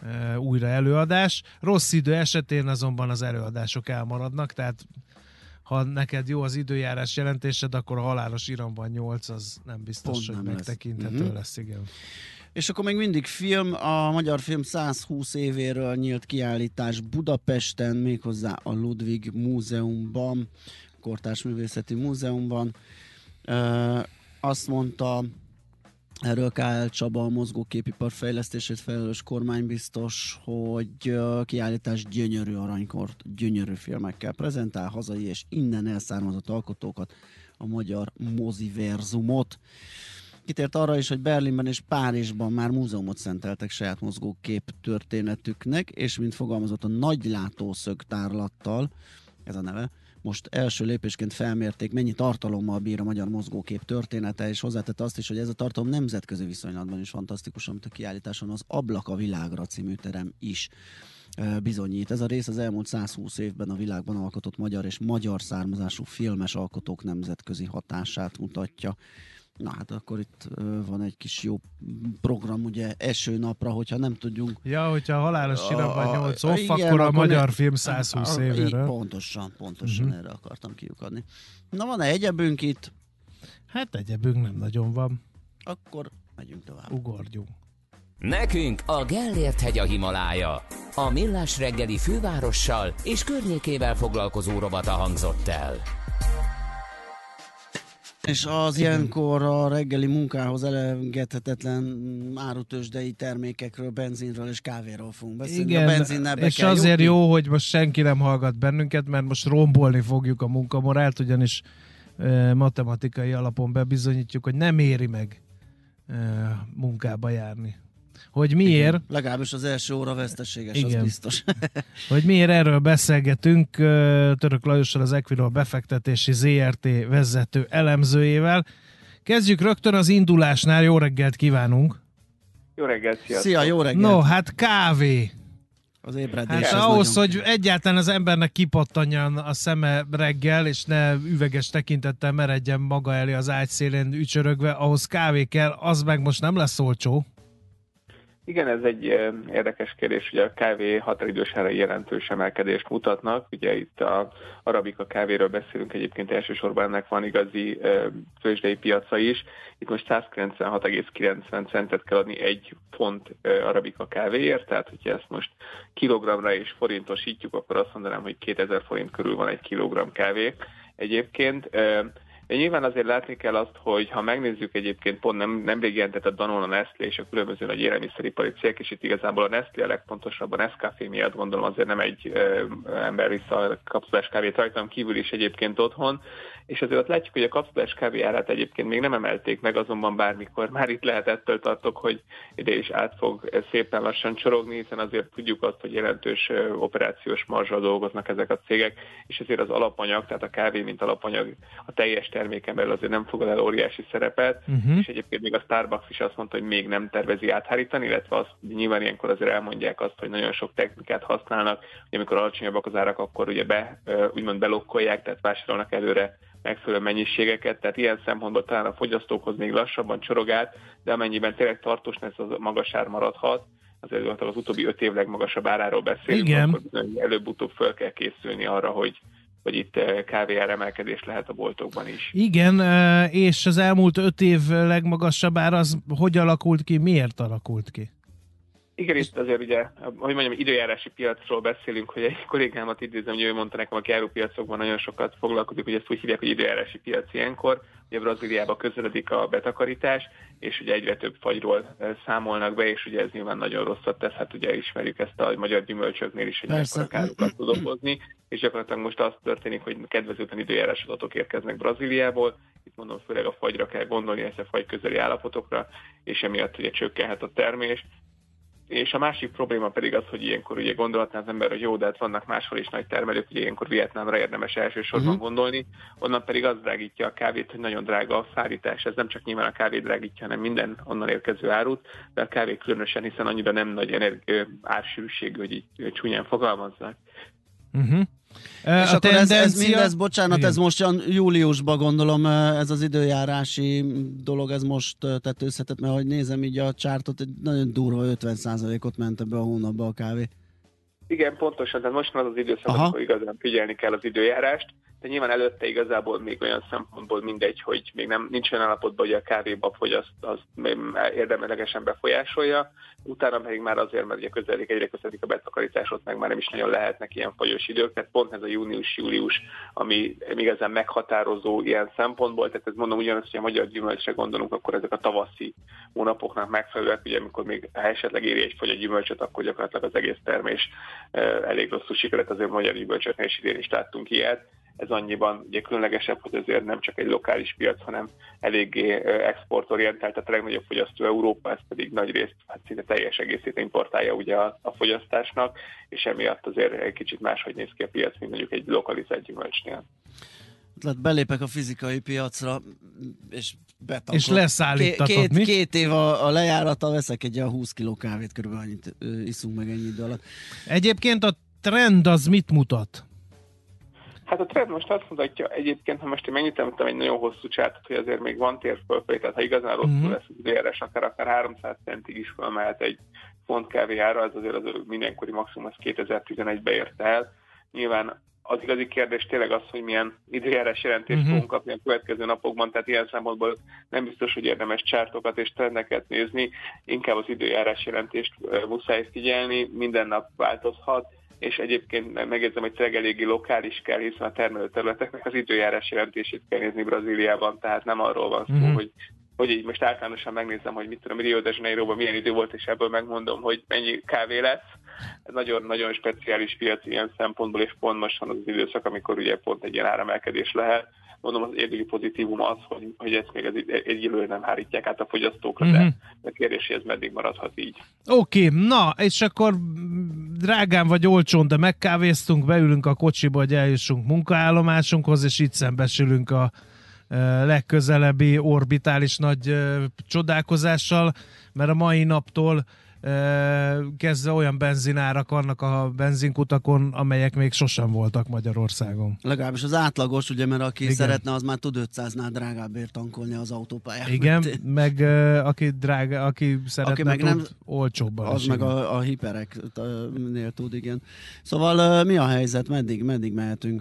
újra előadás. Rossz idő esetén azonban az előadások elmaradnak, tehát ha neked jó az időjárás jelentésed, akkor a Halálos Iramban nyolc az nem biztos, Pont hogy nem megtekinthető lesz. Uh-huh. lesz, igen. És akkor még mindig film, a magyar film százhúsz évéről nyílt kiállítás Budapesten, méghozzá a Ludwig Múzeumban, Kortárs Művészeti Múzeumban. Ö, azt mondta erről K L Csaba, a mozgóképipar fejlesztését felelős kormánybiztos, hogy a kiállítás gyönyörű aranykort, gyönyörű filmekkel prezentál, hazai és innen elszármazott alkotókat, a magyar moziverzumot. Kitért arra is, hogy Berlinben és Párizsban már múzeumot szenteltek saját mozgókép történetüknek, és mint fogalmazott, a nagy látószög tárlattal, ez a neve, most első lépésként felmérték, mennyi tartalommal bír a magyar mozgókép története, és hozzátette azt is, hogy ez a tartalom nemzetközi viszonylatban is fantasztikus, amit a kiállításon az Ablak a világra című terem is bizonyít. Ez a rész az elmúlt százhúsz évben a világban alkotott magyar és magyar származású filmes alkotók nemzetközi hatását mutatja. Na hát akkor itt van egy kis jó program, ugye eső napra, hogyha nem tudjunk. Ja, hogyha a Halálos Iramban nyolc off, igen, akkor a magyar ne, film százhúsz évéről. Pontosan, pontosan uh-huh. erre akartam kiukadni. Na van-e egyebünk itt? Hát egyebünk nem nagyon van. Akkor megyünk tovább. Ugorjunk. Nekünk a Gellért hegy a Himalája. A Millás reggeli fővárossal és környékével foglalkozó rovata hangzott el. És az ilyenkor a reggeli munkához elengedhetetlen árutősdei termékekről, benzinről és kávéról fogunk beszélni. Igen, a benzinnel be és kell azért jutni. Jó, hogy most senki nem hallgat bennünket, mert most rombolni fogjuk a munkamorált, ugyanis e, matematikai alapon bebizonyítjuk, hogy nem éri meg e, munkába járni. Hogy miért? Igen, legalábbis az első óra veszteséges, igen. Az biztos. Hogy miért erről beszélgetünk Török Lajossal, az Equilor befektetési zé er té vezető elemzőjével. Kezdjük rögtön az indulásnál, jó reggelt kívánunk! Jó reggelt, sziasztok! Szia, jó reggelt! No, hát kávé! Az ébredés. Hát ahhoz, nagyon... hogy egyáltalán az embernek kipattanjan a szeme reggel, és ne üveges tekintettel meredjen maga elé az ágy szélén ücsörögve, ahhoz kávé kell, az meg most nem lesz olcsó. Igen, ez egy érdekes kérdés, ugye a kávé határidős árai jelentős emelkedést mutatnak, ugye itt a arabika kávéről beszélünk, egyébként elsősorban ennek van igazi tőzsdei piaca is, itt most százkilencvenhat egész kilencven centet kell adni egy font arabika kávéért, tehát hogyha ezt most kilogramra és forintosítjuk, akkor azt mondanám, hogy kétezer forint körül van egy kilogramm kávé. Egyébként de nyilván azért látni kell azt, hogy ha megnézzük egyébként pont nem, nemrég jelentett a Danone, a Nestlé és a különböző nagy élelmiszeripari cégek, és itt igazából a Nestlé a legfontosabb, a Nescafé miatt gondolom azért nem egy ö, ember vissza a kapszulás kávét rajtam kívül is egyébként otthon, és azért ott látjuk, hogy a kapszulás kávé árát egyébként még nem emelték meg, azonban bármikor már itt lehet ettől tartok, hogy ide is át fog szépen lassan csorogni, hiszen azért tudjuk azt, hogy jelentős operációs marzsal dolgoznak ezek a cégek, és azért az alapanyag, tehát a kávé mint alapanyag a teljes terméken belül azért nem fogad el óriási szerepet, uh-huh. és egyébként még a Starbucks is azt mondta, hogy még nem tervezi áthárítani, illetve azt, nyilván ilyenkor azért elmondják azt, hogy nagyon sok technikát használnak, hogy amikor alacsonyabbak az árak, akkor ugye be, úgymond belokkolják, tehát vásárolnak előre megfelelő mennyiségeket, tehát ilyen szempontból talán a fogyasztókhoz még lassabban csorog át, de amennyiben tényleg tartós lesz, az magas ár maradhat, azért az utóbbi öt év legmagasabb áráról beszélünk, igen. Akkor bizony előbb-utóbb föl kell készülni arra, hogy hogy itt kávéár emelkedés lehet a boltokban is. Igen, és az elmúlt öt év legmagasabb ár az hogy alakult ki, miért alakult ki? Igen, itt azért ugye, hogy mondjam, időjárási piacról beszélünk, hogy egy kollégámat idézem, hogy ő mondta nekem, a járópiacokban nagyon sokat foglalkozik, hogy ezt úgy hívják, hogy időjárási piac ilyenkor. Ugye Brazíliába közeledik a betakarítás, és ugye egyre több fagyról számolnak be, és ugye ez nyilván nagyon rosszat tesz, hát ugye ismerjük ezt a magyar gyümölcsöknél is, hogy mekkora károkat tud okozni, és gyakorlatilag most az történik, hogy kedvezőtlen időjárás adatok érkeznek Brazíliából, itt mondom, főleg a fagyra kell gondolni, ezt a fagy közeli állapotokra, és emiatt ugye csökkenhet a termés. És a másik probléma pedig az, hogy ilyenkor ugye gondolhatná az ember, hogy jó, de hát vannak máshol is nagy termelők, ugye ilyenkor Vietnámra érdemes elsősorban uh-huh. gondolni, onnan pedig az drágítja a kávét, hogy nagyon drága a szállítás. Ez nem csak nyilván a kávé drágítja, hanem minden onnan érkező árut, de a kávé különösen, hiszen annyira nem nagy energi- ársűrűségű, hogy így csúnyán fogalmazzák. Uh-huh. Uh, és a akkor tendencia... ez, ez mindez, bocsánat, igen. ez most olyan júliusban gondolom, ez az időjárási dolog, ez most tetőzhetett, mert ahogy nézem így a csártot, egy nagyon durva ötven százalékot ment ebbe a hónapba a kávé. Igen, pontosan, tehát most van az az időszak, Aha. amikor igazán figyelni kell az időjárást, de nyilván előtte igazából még olyan szempontból mindegy, hogy még nem, nincs olyan állapotban, hogy a kávéba fogyaszt, az érdemlegesen befolyásolja, utána pedig már azért, mert ugye közelik, egyre közelik a betakarítás, ott meg már nem is nagyon lehetnek ilyen fagyos idők, tehát pont ez a június-július, ami igazán meghatározó ilyen szempontból, tehát ez mondom ugyanaz, hogy a magyar gyümölcsre gondolunk, akkor ezek a tavaszi hónapoknak megfelelőek, ugye amikor még ha esetleg éri egy fagy a gyümölcsöt, akkor gyakorlatilag az egész termés elég rosszul sikeredett, azért magyar gyümölcsöknél is idén is láttunk ilyet. Ez annyiban ugye különlegesebb, hogy azért nem csak egy lokális piac, hanem eléggé exportorientált, tehát a legnagyobb fogyasztó Európa, ez pedig nagy részt, hát szinte teljes egészét importálja ugye a, a fogyasztásnak, és emiatt azért egy kicsit máshogy néz ki a piac, mint mondjuk egy lokalizált gyümölcsnél. Tehát belépek a fizikai piacra, és betankolok. És leszállítatod, két, mi? Két év a, a lejárata, veszek egy olyan húsz kiló kávét, körülbelül annyit ö, iszunk meg ennyi idő alatt. Egyébként a trend az mit mutat? Hát a trend most azt mutatja, egyébként, ha most én megnyitom egy nagyon hosszú csátot, hogy azért még van tér fölfelé, tehát ha igazán rosszul uh-huh. lesz az időjárás, akár, akár háromszáz centig is fölmehet egy font kávé ára, ez azért az mindenkori maximum, az kétezer-tizenegyben érte el. Nyilván az igazi kérdés tényleg az, hogy milyen időjárás jelentést uh-huh. fogunk kapni a következő napokban, tehát ilyen szempontból nem biztos, hogy érdemes csártokat és trendeket nézni, inkább az időjárás jelentést muszáj figyelni, minden nap változhat, és egyébként megjegyzem, hogy tényleg eléggé lokális kell, hiszen a termelőterületeknek az időjárás jelentését kell nézni Brazíliában, tehát nem arról van szó, mm-hmm. hogy, hogy így most általánosan megnézem, hogy mit tudom, Rio de Janeiroban milyen idő volt, és ebből megmondom, hogy mennyi kávé lesz. Ez nagyon-nagyon speciális piac ilyen szempontból, és pont most van az, az időszak, amikor ugye pont egy ilyen áremelkedés lehet. Mondom, az érdemi pozitívum az, hogy, hogy ezt még egy, egy időre nem hárítják át a fogyasztókra, mm-hmm. de a kérdés, hogy ez meddig maradhat így. Oké, okay, na, és akkor drágán vagy olcsón, de megkávéztunk, beülünk a kocsiba, hogy eljussunk munkaállomásunkhoz, és itt szembesülünk a e, legközelebbi orbitális nagy e, csodálkozással, mert a mai naptól kezdve olyan benzinárak vannak a benzinkutakon, amelyek még sosem voltak Magyarországon. Legalábbis az átlagos, ugye, mert aki igen. szeretne, az már tud ötszáznál drágábbért tankolni az autópályán. Igen, meg uh, aki drága, aki szeretne, aki meg tud nem, olcsóbban. Az meg a, a hipereknél tud, igen. Szóval uh, mi a helyzet? Meddig, meddig mehetünk?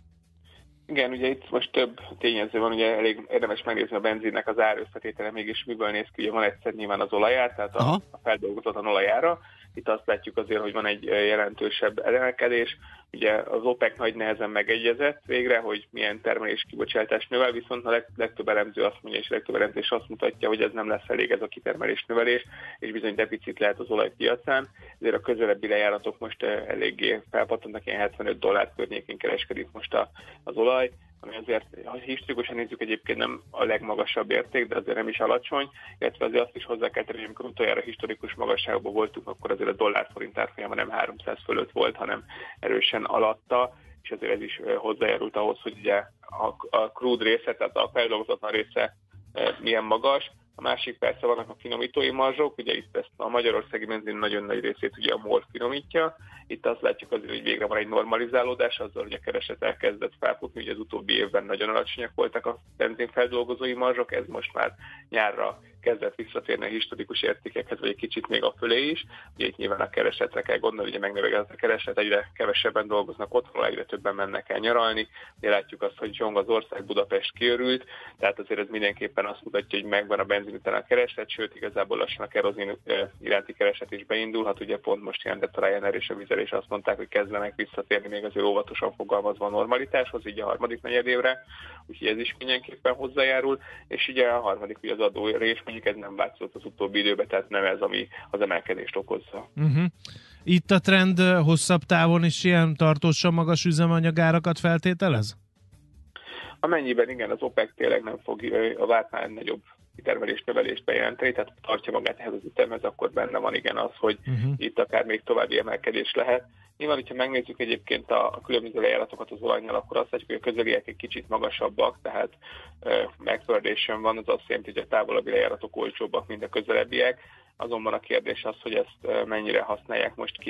Igen, ugye itt most több tényező van, ugye elég érdemes megnézni a benzinnek az árösszetétele, mégis miből néz ki, ugye van egyszer nyilván az olajár, tehát a, a feldolgozatlan olajára. Itt azt látjuk azért, hogy van egy jelentősebb emelkedés. Ugye az OPEC nagy nehezen megegyezett végre, hogy milyen termelés kibocsátás növel, viszont a leg, legtöbb elemző azt mondja, és a legtöbb elemzés azt mutatja, hogy ez nem lesz elég ez a kitermelés növelés, és bizony deficit lehet az olajpiacán. Ezért a közelebbi lejáratok most eléggé felpattannak, ilyen hetvenöt dollár környékén kereskedik most a, az olaj, ami azért, ha historikusan nézzük, egyébként nem a legmagasabb érték, de azért nem is alacsony, illetve azért azt is hozzá kell tenni, amikor utoljára historikus magasságban voltunk, akkor azért a dollár-forint árfolyama nem háromszáz fölött volt, hanem erősen alatta, és azért ez is hozzájárult ahhoz, hogy ugye a, a crude része, tehát a feldolgozatlan része milyen magas. A másik persze vannak a finomítói marzsok, ugye itt ezt a magyarországi benzin nagyon nagy részét ugye a MOL finomítja. Itt azt látjuk azért, hogy végre van egy normalizálódás, azzal, hogy a kereset elkezdett felfutni, ugye az utóbbi évben nagyon alacsonyak voltak a benzinfeldolgozói marzsok, ez most már nyárra kezdett visszatérni a historikus értékekhez, vagy egy kicsit még a fölé is. Ugye itt nyilván a keresetre kell gondolni, ugye megnövekedett a kereset, egyre kevesebben dolgoznak otthon, egyre többen mennek el nyaralni. Ugye látjuk azt, hogy zsong az ország, Budapest kiörült, tehát azért ez mindenképpen azt mutatja, hogy megvan a benzin után a kereset, sőt igazából lassan a kerozin iránti kereset is beindulhat. Ugye pont most jelentett a Ryanair és a Vizelés azt mondták, hogy kezdenek visszatérni még azért óvatosan fogalmazva a normalitáshoz, így a harmadik negyedévre, úgyhogy ez is mindenképpen hozzájárul, és ugye a harmadik ugye az adórés, mondjuk ez nem változott az utóbbi időben, tehát nem ez, ami az emelkedést okozza. Uh-huh. Itt a trend hosszabb távon is ilyen tartósan magas üzemanyagárakat feltételez? Amennyiben igen, az OPEC tényleg nem fog a vártnál nagyobb kitermelés növelést bejelenteni, tehát tartja magát ehhez az ütemhez, akkor benne van igen az, hogy uh-huh. itt akár még további emelkedés lehet. Nyilván, hogyha megnézzük egyébként a, a különböző lejáratokat az olajnál, akkor azt látjuk, hogy a közeliek egy kicsit magasabbak, tehát uh, megfordulation van, az azt jelenti, hogy a távolabbi lejáratok olcsóbbak, mint a közelebbiek. Azonban a kérdés az, hogy ezt uh, mennyire használják most ki a,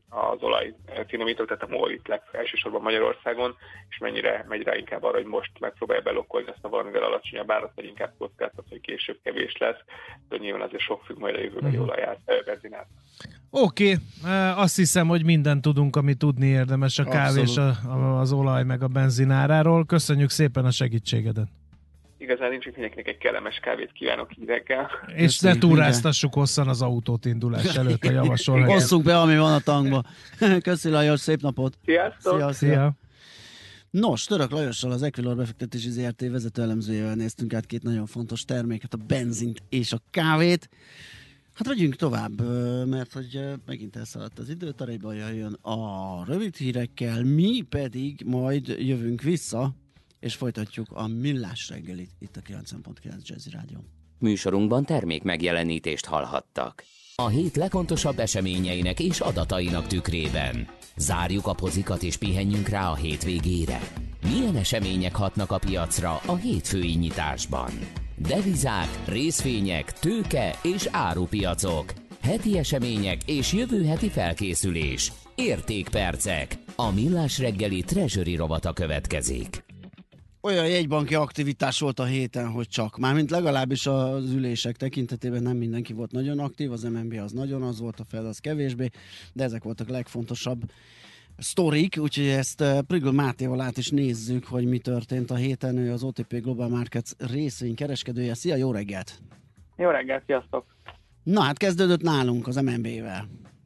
az olaj finomító, tehát a MOL itt leg, elsősorban Magyarországon, és mennyire megy rá inkább arra, hogy most megpróbálja belokkolni ezt a valamivel alacsonyabb árat, vagy inkább kockáztat, hogy később kevés lesz, de nyilván azért sok függ majd a jövőbeli uh-huh. olaját, benzinát. Oké, okay. Azt hiszem, hogy mindent tudunk, amit tudni érdemes a kávé és a, az olaj meg a benzináráról. Köszönjük szépen a segítségedet. Igazán nincs, hogy mindenkinek egy kellemes kávét kívánok így reggel. És ne túráztassuk hosszan az autót indulás előtt a javasol. Hosszuk be, ami van a tankba. Köszi Lajos, szép napot! Sziasztok! Szia, szia. Szia. Nos, Török Lajossal, az Equilor befektetési zé er té vezető elemzőjével néztünk át két nagyon fontos terméket, a benzint és a kávét. Hát vegyünk tovább, mert hogy megint elszaladt az idő, Tarejban jön a rövid hírekkel, mi pedig majd jövünk vissza, és folytatjuk a Millás reggelit itt a kilencven pont kilenc Jazzy Rádión. Műsorunkban termék megjelenítést hallhattak. A hét legfontosabb eseményeinek és adatainak tükrében zárjuk a pozikat és pihenjünk rá a hétvégére. Milyen események hatnak a piacra a hétfői nyitásban? Devizák, részvények, tőke és árupiacok, heti események és jövő heti felkészülés, értékpercek. A Millás reggeli Treasury rovata következik. Olyan jegybanki aktivitás volt a héten, hogy csak. Mármint legalábbis az ülések tekintetében nem mindenki volt nagyon aktív, az em en bé az nagyon, az volt, a Fed az kevésbé, de ezek voltak a legfontosabb sztorik, úgyhogy ezt Prigl Mátéval át is nézzük, hogy mi történt a héten. Ő az o té pé Global Markets részvénykereskedője. Szia, jó reggelt! Jó reggelt, sziasztok! Na hát kezdődött nálunk az em en bé-vel.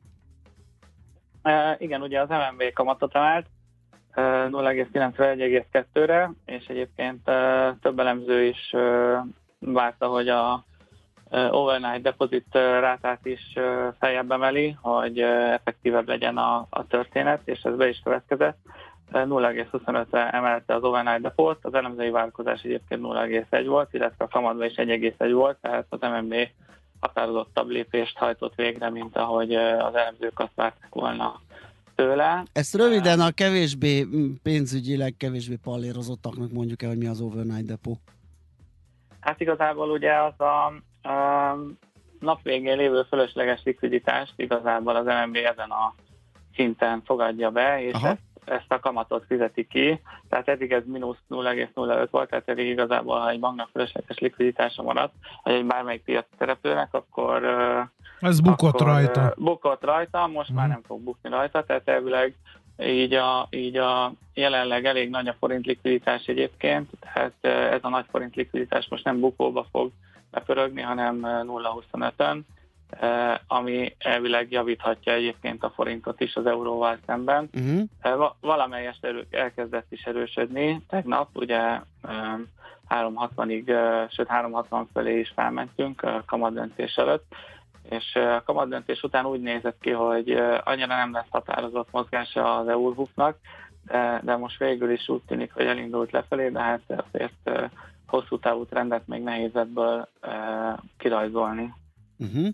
E, igen, ugye az em en bé kamatot emelt e, nulla egész kilencvenre egy egész kettőre, és egyébként e, több elemző is e, várta, hogy a e, overnight deposit rátát is e, feljebb emeli, hogy e, effektívebb legyen a, a történet, és ez be is következett. E, nulla egész huszonötre emelte az overnight depot, az elemzői várakozás egyébként nulla egész egy volt, illetve a kamatban is egy egész egy volt, tehát az em en bé határozottabb lépést hajtott végre, mint ahogy az elemzők azt várták volna tőle. Ezt röviden a kevésbé pénzügyileg kevésbé pallérozottaknak mondjuk el, hogy mi az overnight depot. Hát igazából ugye az a, a nap végén lévő fölösleges likviditást igazából az em en bé ezen a szinten fogadja be, és ezt, ezt a kamatot fizeti ki. Tehát eddig ez mínusz nulla egész nulla öt volt, tehát eddig igazából, ha egy banknak fölösleges likviditása maradt, vagy egy bármelyik piaci szereplőnek, akkor ez bukott akkor, rajta. Bukott rajta, most hmm. már nem fog bukni rajta, tehát elvileg így a, így a jelenleg elég nagy a forint likviditás egyébként, tehát ez a nagy forint likviditás most nem bukóba fog bepörögni, hanem nulla egész huszonötön, ami elvileg javíthatja egyébként a forintot is az euróval szemben. Uh-huh. Valamelyest erő, elkezdett is erősödni. Tegnap ugye három hatvanig, sőt három hatvan felé is felmentünk a kamatdöntés előtt, és a kamatdöntés után úgy nézett ki, hogy annyira nem lesz határozott mozgása az Eurvuknak, de, de most végül is úgy tűnik, hogy elindult lefelé, de hát azért hosszú távú trendet még nehéz ebből kirajzolni. Uh-huh.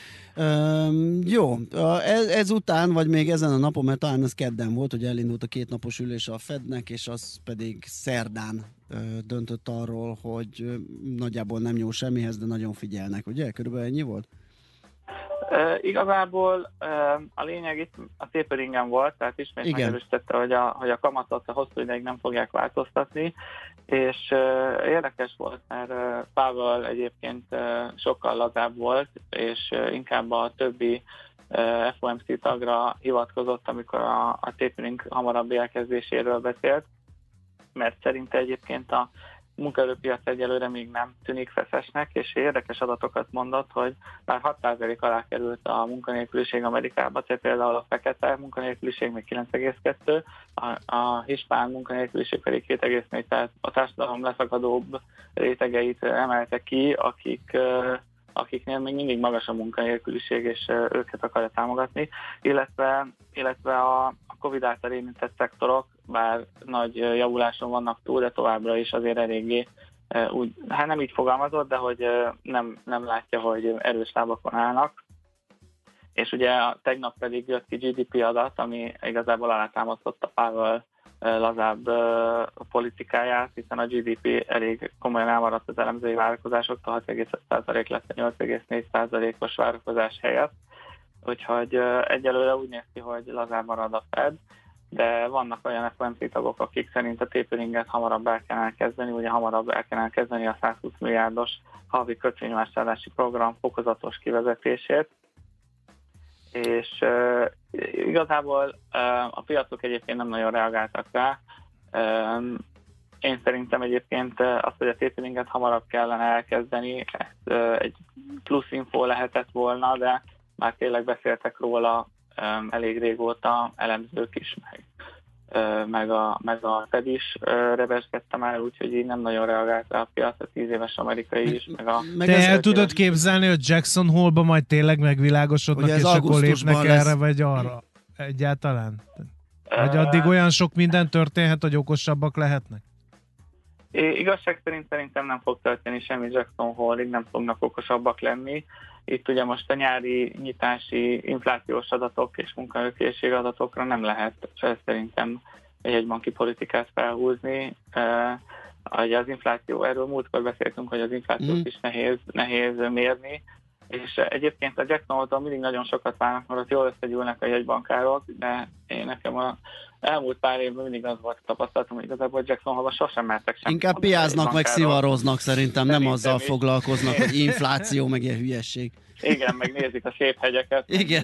Um, jó, ez, ezután, vagy még ezen a napon, mert talán ez kedden volt, hogy elindult a kétnapos ülése a Fednek, és az pedig szerdán uh, döntött arról, hogy uh, nagyjából nem nyúl semmihez, de nagyon figyelnek, ugye? Körülbelül ennyi volt? Uh, igazából uh, a lényeg itt a taperingen volt, tehát ismét Igen. megerősítette, hogy a, hogy a kamatot a hosszú ideig nem fogják változtatni, és uh, érdekes volt, mert uh, Powell egyébként uh, sokkal lazább volt, és uh, inkább a többi uh, ef o em cé tagra hivatkozott, amikor a, a tapering hamarabbi elkezdéséről beszélt, mert szerinte egyébként a munkaerőpiac egyelőre még nem tűnik feszesnek, és érdekes adatokat mondott, hogy már hat százalék alá került a munkanélküliség Amerikában, tehát például a fekete munkanélküliség még kilenc egész kettő, a, a hispán munkanélküliség pedig két egész négy, tehát a társadalom leszakadóbb rétegeit emelte ki, akik, akiknél még mindig magas a munkanélküliség, és őket akarja támogatni, illetve, illetve a Covid által érintett szektorok, bár nagy javuláson vannak túl, de továbbra is azért eléggé úgy, hát nem így fogalmazott, de hogy nem, nem látja, hogy erős lábakon állnak. És ugye tegnap pedig jött ki gé dé pé adat, ami igazából alátámasztotta Powell lazább politikáját, hiszen a gé dé pé elég komolyan elmaradt az elemzői várakozásoktól, hat egész öt százalék lett a nyolc egész négy százalékos várakozás helyett. úgyhogy egyelőre úgy néz ki, hogy lazán marad a Fed, de vannak olyan ef o em cé tagok, akik szerint a taperinget hamarabb el kell elkezdeni, ugye hamarabb el kell elkezdeni a százhúsz milliárdos havi kötvényvásárlási program fokozatos kivezetését, és uh, igazából uh, a piacok egyébként nem nagyon reagáltak rá. Um, én szerintem egyébként azt, hogy a taperinget hamarabb kellene elkezdeni, ez uh, egy plusz info lehetett volna, de már tényleg beszéltek róla um, elég régóta elemzők is, meg, uh, meg, a, meg a Fed is uh, rebesgette már, úgyhogy így nem nagyon reagált rá a piac, a tíz éves amerikai is. Meg a, Te el tudod éves... képzelni, hogy Jackson Hole-ba majd tényleg megvilágosodnak, és akkor lépnek lesz. Erre vagy arra? Egyáltalán? Vagy addig olyan sok minden történhet, hogy okosabbak lehetnek? É, igazság szerint szerintem nem fog történni semmi Jackson Hole-ig, nem fognak okosabbak lenni. Itt ugye most a nyári nyitási inflációs adatok és munkaerőkészség adatokra nem lehet szerintem egy jegybanki politikát felhúzni. Uh, az infláció, erről múltkor beszéltünk, hogy az inflációt mm. is nehéz, nehéz mérni, és egyébként a Jackson Hole-tól mindig nagyon sokat várnak, mert ott jól összegyűlnek a jegybankárok, de én nekem a elmúlt pár évben mindig az volt a tapasztalatom, hogy igazából Jackson Hole-ba sosem mertek sem. Inkább piáznak, meg szivaroznak szerintem, nem azzal is foglalkoznak, hogy infláció, meg ilyen hülyesség. Igen, meg nézik a szép hegyeket. Igen.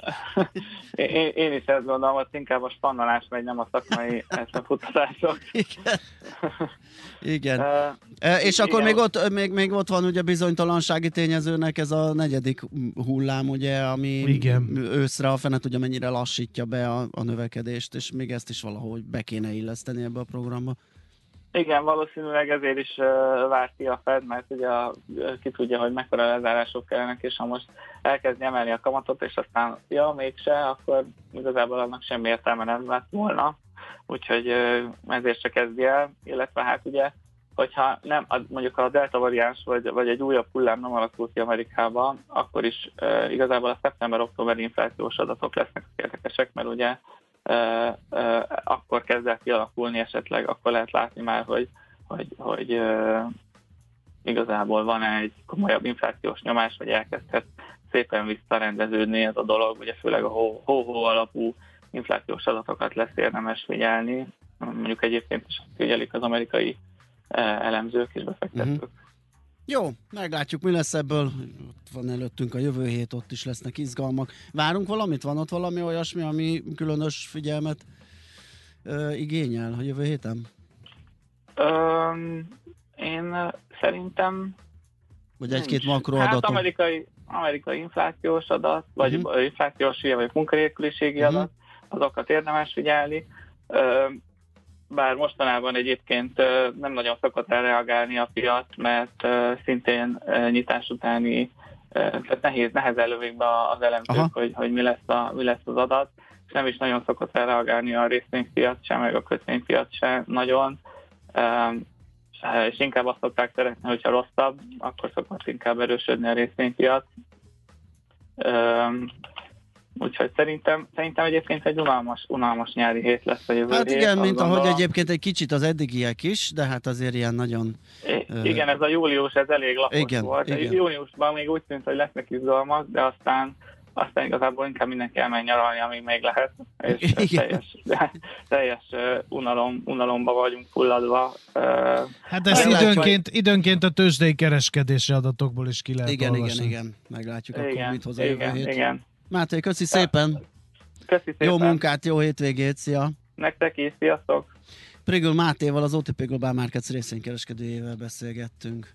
Én, én is ezt gondolom, hogy inkább a spannolás megy, nem a szakmai eszmefutatások. Igen. Igen. Uh, és akkor igen. Még, ott, még, még ott van ugye bizonytalansági tényezőnek ez a negyedik hullám, ugye, ami igen. Őszre a fene tudja mennyire lassítja be a, a növekedést, és még ezt is valahogy be kéne illeszteni ebbe a programba. Igen, valószínűleg ezért is uh, várt ki a Fed, mert ugye a, ki tudja, hogy mekkora lezárások kellenek, és ha most elkezdi emelni a kamatot, és aztán ja, mégse, akkor igazából annak semmi értelme nem lett volna. Úgyhogy uh, ezért se kezdi el, illetve hát ugye, hogyha nem, mondjuk a delta variáns vagy, vagy egy újabb hullám nem alakul ki Amerikában, akkor is uh, igazából a szeptember-októberi inflációs adatok lesznek érdekesek, mert ugye Uh, uh, akkor kezd el kialakulni esetleg, akkor lehet látni már, hogy, hogy, hogy uh, igazából van egy komolyabb inflációs nyomás, vagy elkezdhet szépen visszarendeződni ez a dolog, ugye főleg a hó-hó alapú inflációs adatokat lesz érdemes figyelni, mondjuk egyébként is figyelik az amerikai uh, elemzők és befektetők. Uh-huh. Jó, meglátjuk, mi lesz ebből. Ott van előttünk a jövő hét, ott is lesznek izgalmak. Várunk valamit? Van ott valami olyasmi, ami különös figyelmet ö, igényel a jövő héten? Öm, én szerintem... Vagy egy-két makroadatot? Hát amerikai, amerikai inflációs adat, vagy uh-huh. inflációs, vagy munkanélküliségi uh-huh. adat, azokat érdemes figyelni. Öm, Bár mostanában egyébként nem nagyon szokott elreagálni a piac, mert szintén nyitás utáni, tehát nehéz, nehezen lövik be az elemzők, hogy, hogy mi, lesz a, mi lesz az adat, és nem is nagyon szokott elreagálni a részvénypiac sem, meg a kötvénypiac sem nagyon, és inkább azt szokták szeretni, hogyha rosszabb, akkor szokott inkább erősödni a részvénypiac. Úgyhogy szerintem, szerintem egyébként egy unalmas, unalmas nyári hét lesz a jövő Hát hét. igen, mint ahogy egyébként egy kicsit az eddigiek is, de hát azért ilyen nagyon... I- igen, ez a július, ez elég lapos igen, volt. Igen. Júniusban még úgy tűnt, hogy lesznek izgalmak, de aztán, aztán igazából inkább mindenki elmegy nyaralni, amíg még lehet. És teljes, teljes unalom, unalomba vagyunk fulladva. Hát ezt időnként, időnként a tőzsdei kereskedési adatokból is ki lehet igen, olvasni. Igen, igen, meglátjuk igen, akkor mit hoz a igen, jövő hét. Igen. Máté, köszi szépen! Köszi szépen! Jó munkát, jó hétvégét, szia! Nektek is, sziasztok! Prigl Mátéval, az o té pé Global Markets részvénykereskedőjével beszélgettünk.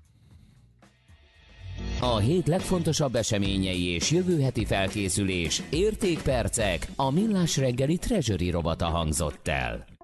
A hét legfontosabb eseményei és jövő heti felkészülés, értékpercek, a Millás reggeli Treasury rovata hangzott el.